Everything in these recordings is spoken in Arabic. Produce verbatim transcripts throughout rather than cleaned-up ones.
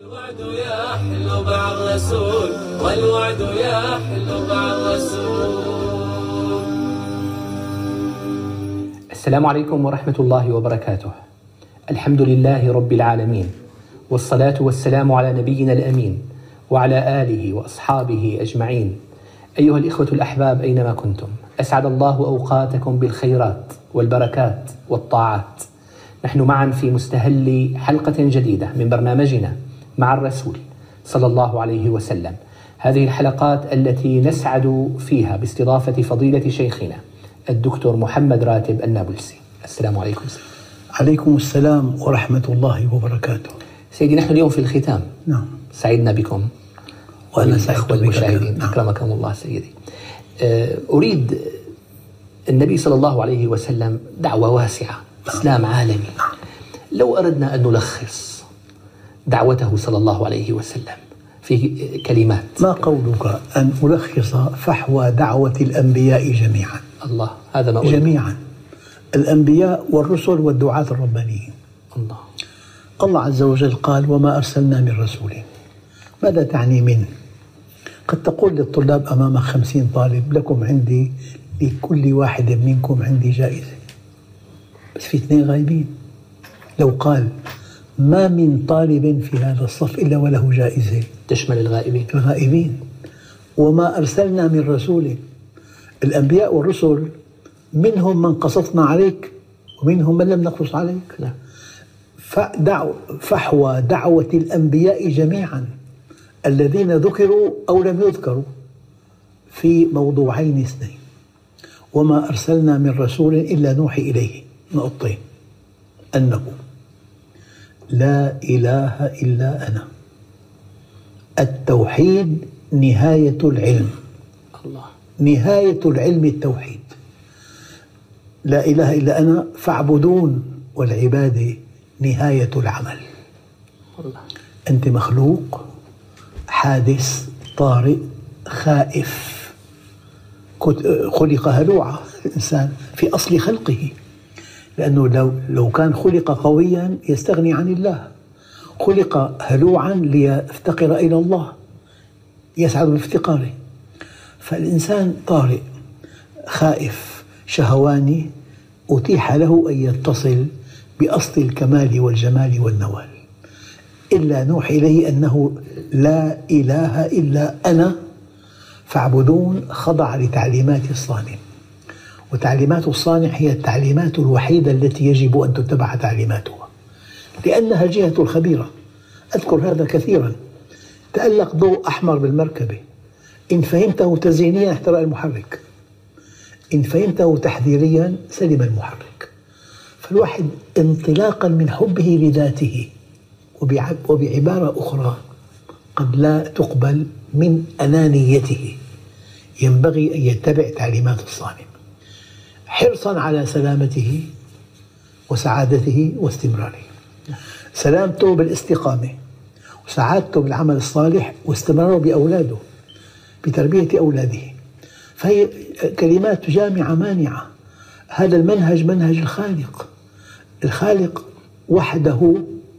الوعد يحل مع الرسول والوعد يحل مع الرسول. السلام عليكم ورحمة الله وبركاته. الحمد لله رب العالمين، والصلاة والسلام على نبينا الأمين وعلى آله وأصحابه أجمعين. أيها الإخوة الأحباب أينما كنتم، أسعد الله أوقاتكم بالخيرات والبركات والطاعات. نحن معا في مستهل حلقة جديدة من برنامجنا مع الرسول صلى الله عليه وسلم. هذه الحلقات التي نسعد فيها باستضافة فضيلة شيخنا الدكتور محمد راتب النابلسي. السلام عليكم سيدي. عليكم السلام ورحمة الله وبركاته. سيدي، نحن اليوم في الختام. نعم. سعيدنا بكم وأنا سعيد بالمشاهدين. نعم. أكرمكم الله سيدي. أريد النبي صلى الله عليه وسلم دعوة واسعة، إسلام عالمي. لو أردنا أن نلخص دعوته صلى الله عليه وسلم في كلمات، ما قولك أن ألخص فحوى دعوة الأنبياء جميعا؟ الله، هذا ما أريد. جميعا الأنبياء والرسل والدعاة الربانيين. الله الله عز وجل قال: وما أرسلنا من رسول. ماذا تعني من؟ قد تقول للطلاب أمامك خمسين طالب: لكم عندي لكل واحد منكم عندي جائزة، بس في اثنين غايبين. لو قال: ما من طالب في هذا الصف إلا وله جائزة، تشمل الغائبين. الغائبين. وما أرسلنا من رسول. الأنبياء والرسل منهم من قصصنا عليك ومنهم من لم نقص عليك. نعم. فدعو فحوى دعوة الأنبياء جميعا الذين ذكروا أو لم يذكروا في موضوعين اثنين: وما أرسلنا من رسول إلا نوحي إليه نقطتين، أنه لا إله إلا أنا، التوحيد نهاية العلم. الله. نهاية العلم التوحيد. لا إله إلا أنا فاعبدون، والعبادة نهاية العمل. الله. أنت مخلوق حادث طارئ خائف، خلق هلوعا الإنسان في أصل خلقه، لأنه لو لو كان خلق قويا يستغني عن الله، خلق هلوعا ليفتقر إلى الله، يسعد بافتقاره. فالإنسان طارئ خائف شهواني، أتيح له أن يتصل بأصل الكمال والجمال والنوال. إلا نوحي إليه أنه لا إله إلا أنا فاعبدون، خضع لتعليمات الصانع، وتعليمات الصانع هي التعليمات الوحيدة التي يجب أن تتبع تعليماتها، لأنها الجهة الخبيرة. أذكر هذا كثيرا. تألق ضوء أحمر بالمركبة، إن فهمته تزيينيا احترق المحرك، إن فهمته تحذيريا سلم المحرك. فالواحد انطلاقا من حبه لذاته، وبعبارة أخرى قد لا تقبل من أنانيته، ينبغي أن يتبع تعليمات الصانع حرصا على سلامته وسعادته واستمراره. سلامته بالاستقامة، وسعادته بالعمل الصالح، واستمراره بأولاده، بتربية أولاده. فهي كلمات جامعة مانعة. هذا المنهج منهج الخالق. الخالق وحده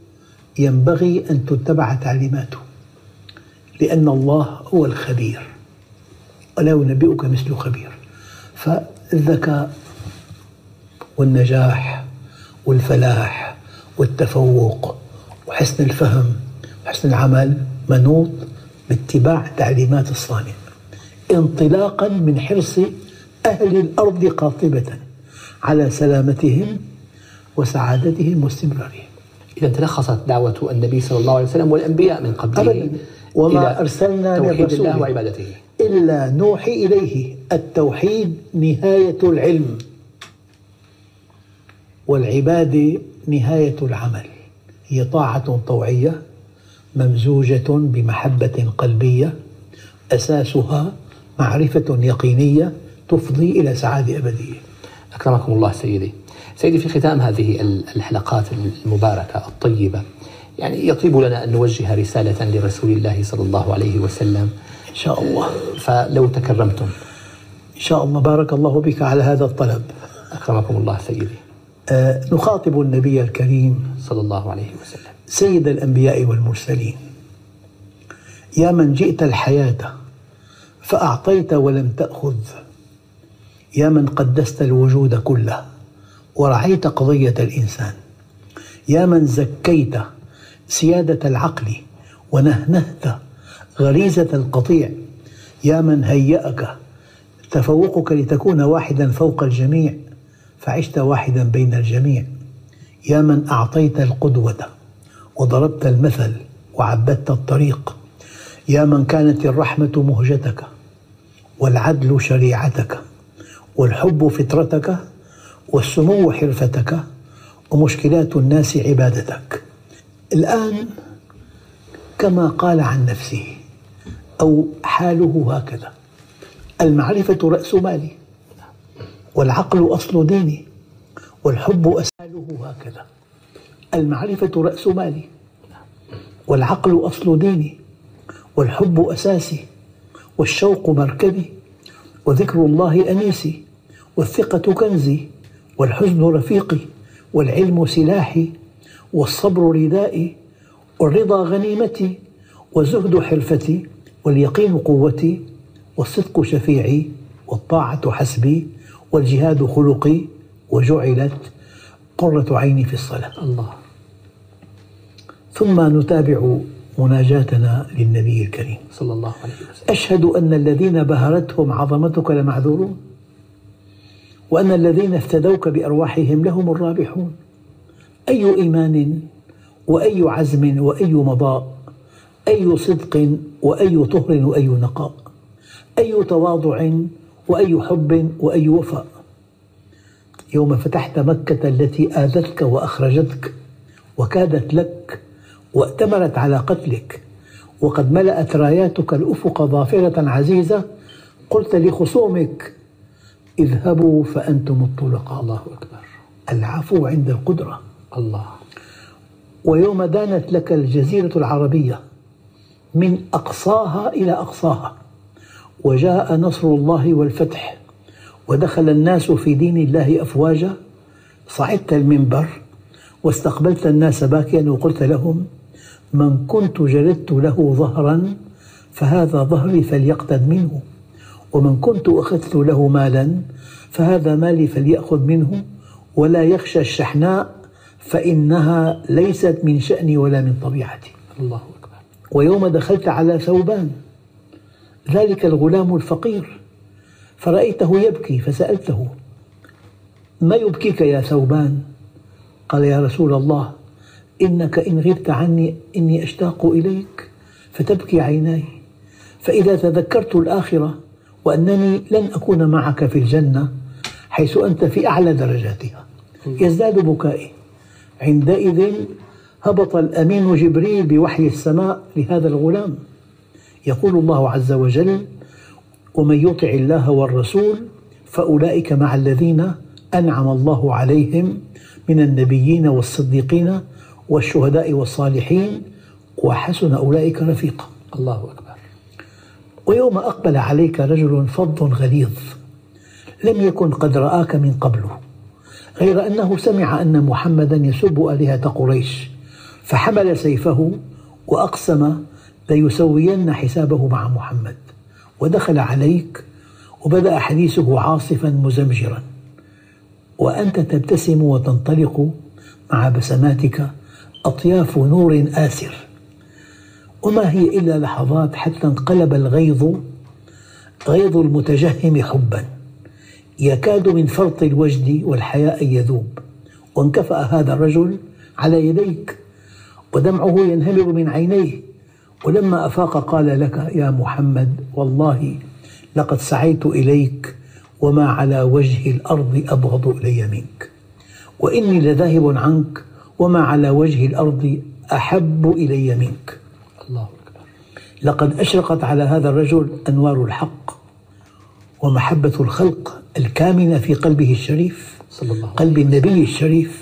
ينبغي أن تتبع تعليماته، لأن الله هو الخبير ولا ينبئك مثل خبير. فالذكاء والنجاح والفلاح والتفوق وحسن الفهم وحسن العمل منوط باتباع تعليمات الصانع، انطلاقا من حرص أهل الأرض قاطبة على سلامتهم وسعادتهم واستمرارهم. إذا تلخصت دعوة النبي صلى الله عليه وسلم والأنبياء من قبله: وما أرسلنا من رسول الله وعبادته إلا نوحي إليه التوحيد نهاية العلم، والعبادة نهاية العمل. هي طاعة طوعية ممزوجة بمحبة قلبية، أساسها معرفة يقينية تفضي إلى سعادة أبدية. أكرمكم الله سيدي. سيدي، في ختام هذه الحلقات المباركة الطيبة، يعني يطيب لنا أن نوجه رسالة لرسول الله صلى الله عليه وسلم إن شاء الله. فلو تكرمتم. إن شاء الله. بارك الله بك على هذا الطلب. أكرمكم الله سيدي. آه نخاطب النبي الكريم صلى الله عليه وسلم سيد الأنبياء والمرسلين يا من جئت الحياة فأعطيت ولم تأخذ، يا من قدست الوجود كله ورعيت قضية الإنسان، يا من زكيت سيادة العقل ونهنهت غريزة القطيع، يا من هيأك تفوقك لتكون واحدا فوق الجميع فعشت واحدا بين الجميع، يا من أعطيت القدوة وضربت المثل وعبدت الطريق، يا من كانت الرحمة مهجتك والعدل شريعتك والحب فطرتك والسمو حرفتك ومشكلات الناس عبادتك. الآن كما قال عن نفسه أو حاله هكذا: المعرفة رأس مالي والعقل أصل ديني والحب أساله هكذا. المعرفة رأس مالي والعقل أصل ديني والحب أساسي والشوق مركبي وذكر الله أنيسي والثقة كنزي والحزن رفيقي والعلم سلاحي والصبر ردائي والرضا غنيمتي والزهد حرفتي واليقين قوتي والصدق شفيعي والطاعة حسبي والجهاد خلقي وجعلت قرة عيني في الصلاة. الله. ثم نتابع مناجاتنا للنبي الكريم صلى الله عليه وسلم: أشهد أن الذين بهرتهم عظمتك لمعذورون، وأن الذين افتدوك بأرواحهم لهم الرابحون. أي إيمان وأي عزم وأي مضاء، أي صدق وأي طهر وأي نقاء، أي تواضع وأي حب وأي وفاء. يوم فتحت مكة التي آذتك وأخرجتك وكادت لك وأتمرت على قتلك، وقد ملأت راياتك الأفق ظافرة عزيزة، قلت لخصومك: اذهبوا فأنتم الطلقاء. الله أكبر. العفو عند القدرة. الله. ويوم دانت لك الجزيرة العربية من أقصاها إلى أقصاها، وجاء نصر الله والفتح ودخل الناس في دين الله أفواجا، صعدت المنبر واستقبلت الناس باكيا وقلت لهم: من كنت جلدت له ظهرا فهذا ظهري فليقتد منه، ومن كنت أخذت له مالا فهذا مالي فليأخذ منه، ولا يخشى الشحناء فإنها ليست من شأني ولا من طبيعتي. الله أكبر. ويوم دخلت على ثوبان ذلك الغلام الفقير فرأيته يبكي فسألته: ما يبكيك يا ثوبان؟ قال: يا رسول الله، إنك إن غبت عني إني أشتاق إليك فتبكي عيناي، فإذا تذكرت الآخرة وأنني لن أكون معك في الجنة حيث أنت في أعلى درجاتها يزداد بكائي. عندئذ هبط الأمين جبريل بوحي السماء لهذا الغلام، يقول الله عز وجل: ومن يطع الله والرسول فأولئك مع الذين أنعم الله عليهم من النبيين والصديقين والشهداء والصالحين وحسن أولئك رفيقا. الله أكبر. ويوم أقبل عليك رجل فظ غليظ لم يكن قد رآك من قبله، غير أنه سمع أن محمدا يسب آلهة قريش، فحمل سيفه وأقسم ليسوين حسابه مع محمد، ودخل عليك وبدأ حديثه عاصفا مزمجرا، وأنت تبتسم وتنطلق مع بسماتك أطياف نور آسر. وما هي إلا لحظات حتى انقلب الغيظ غيظ المتجهم حبا، يكاد من فرط الوجد والحياء يذوب، وانكفأ هذا الرجل على يديك ودمعه ينهمر من عينيه، ولما أفاق قال لك: يا محمد، والله لقد سعيت إليك وما على وجه الأرض أبغض إلي منك، وإني لذاهب عنك وما على وجه الأرض أحب إلي منك. الله أكبر. لقد أشرقت على هذا الرجل أنوار الحق ومحبة الخلق الكامنة في قلبه الشريف، صلى الله عليه قلب النبي الشريف،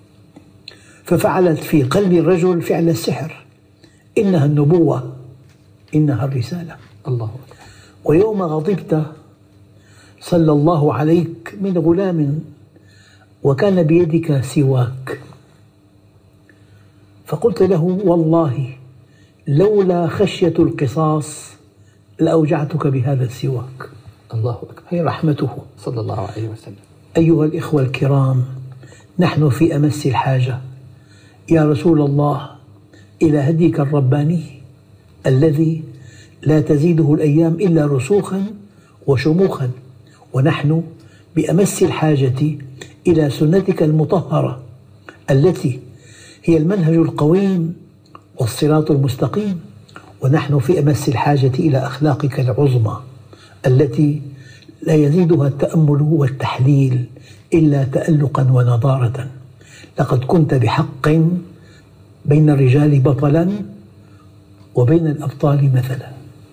ففعلت في قلب الرجل فعل السحر. إنها النبوة، إنها الرسالة. الله أكبر. ويوم غضبت صلى الله عليك من غلام وكان بيدك سواك، فقلت له: والله لولا خشية القصاص لأوجعتك بهذا السواك. الله أكبر. هي رحمته صلى الله عليه وسلم. أيها الإخوة الكرام، نحن في أمس الحاجة يا رسول الله إلى هديك الرباني الذي لا تزيده الأيام إلا رسوخا وشموخا، ونحن بأمس الحاجة إلى سنتك المطهرة التي هي المنهج القويم والصراط المستقيم، ونحن في أمس الحاجة إلى أخلاقك العظمى التي لا يزيدها التأمل والتحليل إلا تألقا ونضارة. لقد كنت بحق بين الرجال بطلا وبين الأبطال مثلا.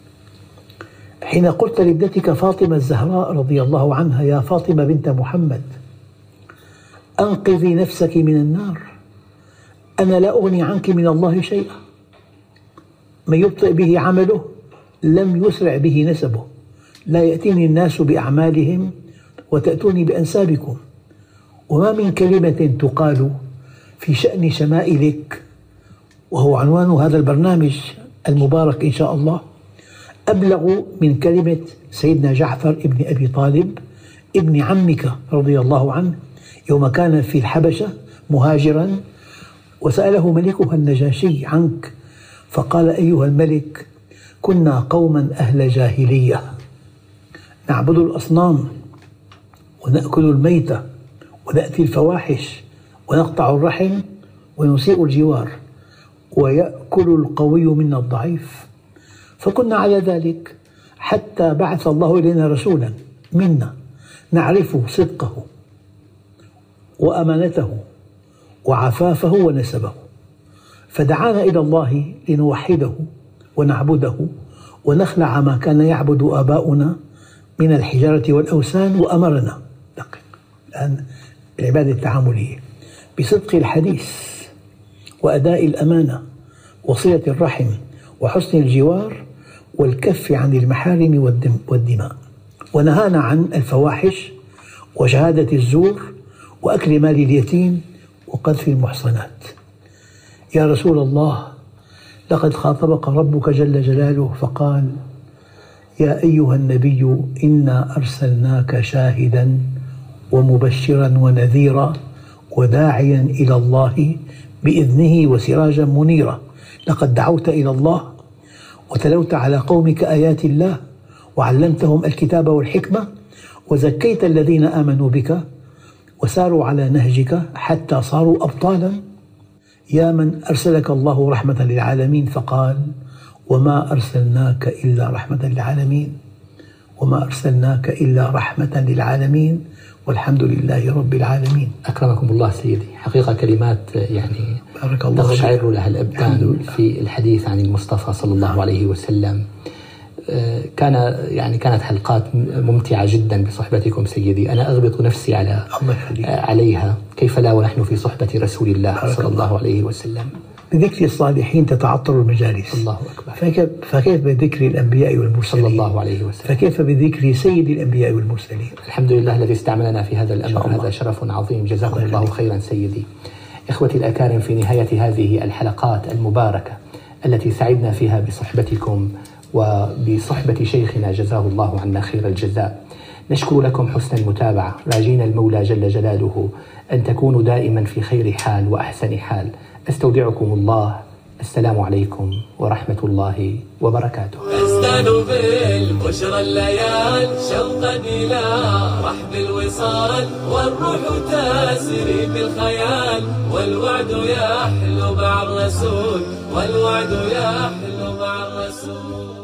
حين قلت لابنتك فاطمة الزهراء رضي الله عنها: يا فاطمة بنت محمد، أنقذي نفسك من النار، أنا لا أغني عنك من الله شيئا، من يبطئ به عمله لم يسرع به نسبه، لا يأتيني الناس بأعمالهم وتأتوني بأنسابكم، وما من كلمة تقال في شأن شمائلك، وهو عنوان هذا البرنامج المبارك إن شاء الله، أبلغ من كلمة سيدنا جعفر ابن أبي طالب ابن عمك رضي الله عنه يوم كان في الحبشة مهاجرا، وسأله ملكها النجاشي عنك فقال: أيها الملك، كنا قوما أهل جاهلية نعبد الأصنام ونأكل الميتة ونأتي الفواحش ونقطع الرحم ونسيء الجوار ويأكل القوي منا الضعيف، فكنا على ذلك حتى بعث الله إلينا رسولا منا نعرف صدقه وأمانته وعفافه ونسبه، فدعانا إلى الله لنوحده ونعبده ونخلع ما كان يعبد آباؤنا من الحجارة والأوثان، وأمرنا دقيق الآن العبادة التعاملية بصدق الحديث وأداء الأمانة وصلة الرحم وحسن الجوار والكف عن المحارم والدماء، ونهانا عن الفواحش وشهادة الزور وأكل مال اليتيم وقذف المحصنات. يا رسول الله، لقد خاطبك ربك جل جلاله فقال: يا أيها النبي إنا أرسلناك شاهدا ومبشرا ونذيرا وداعيا إلى الله بإذنه وسراجا منيرا. لقد دعوت إلى الله وتلوت على قومك آيات الله وعلمتهم الكتاب والحكمة وزكيت الذين آمنوا بك وساروا على نهجك حتى صاروا أبطالا. يا من أرسلك الله رحمة للعالمين فقال: وما أرسلناك إلا رحمة للعالمين، وما أرسلناك إلا رحمة للعالمين، والحمد لله رب العالمين. أكرمكم الله سيدي، حقيقة كلمات يعني بارك الله تقشعر لها الأبدان في الحديث عن المصطفى صلى الله عليه وسلم. كان يعني كانت حلقات ممتعة جدا بصحبتكم سيدي، أنا أغبط نفسي على عليها، كيف لا ونحن في صحبة رسول الله صلى الله عليه وسلم. بذكر الصالحين تتعطر المجالس. الله أكبر. فكيف, فكيف بذكر الأنبياء والمرسلين صلى الله عليه وسلم، فكيف بذكر سيد الأنبياء والمرسلين. الحمد لله الذي استعملنا في هذا الأمر، هذا شرف عظيم، جزاكم الله, الله خيرا سيدي. إخوتي الأكارم، في نهاية هذه الحلقات المباركة التي سعدنا فيها بصحبتكم وبصحبة شيخنا جزاه الله عنا خير الجزاء، نشكر لكم حسن المتابعة، راجين المولى جل جلاله أن تكونوا دائما في خير حال وأحسن حال. أستودعكم الله، السلام عليكم ورحمة الله وبركاته. أزداد بالبشرى الليال شوقا إلى رحب الوصال، والروح تسري بالخيال، والوعد يحلو مع الرسول، والوعد يحلو مع الرسول.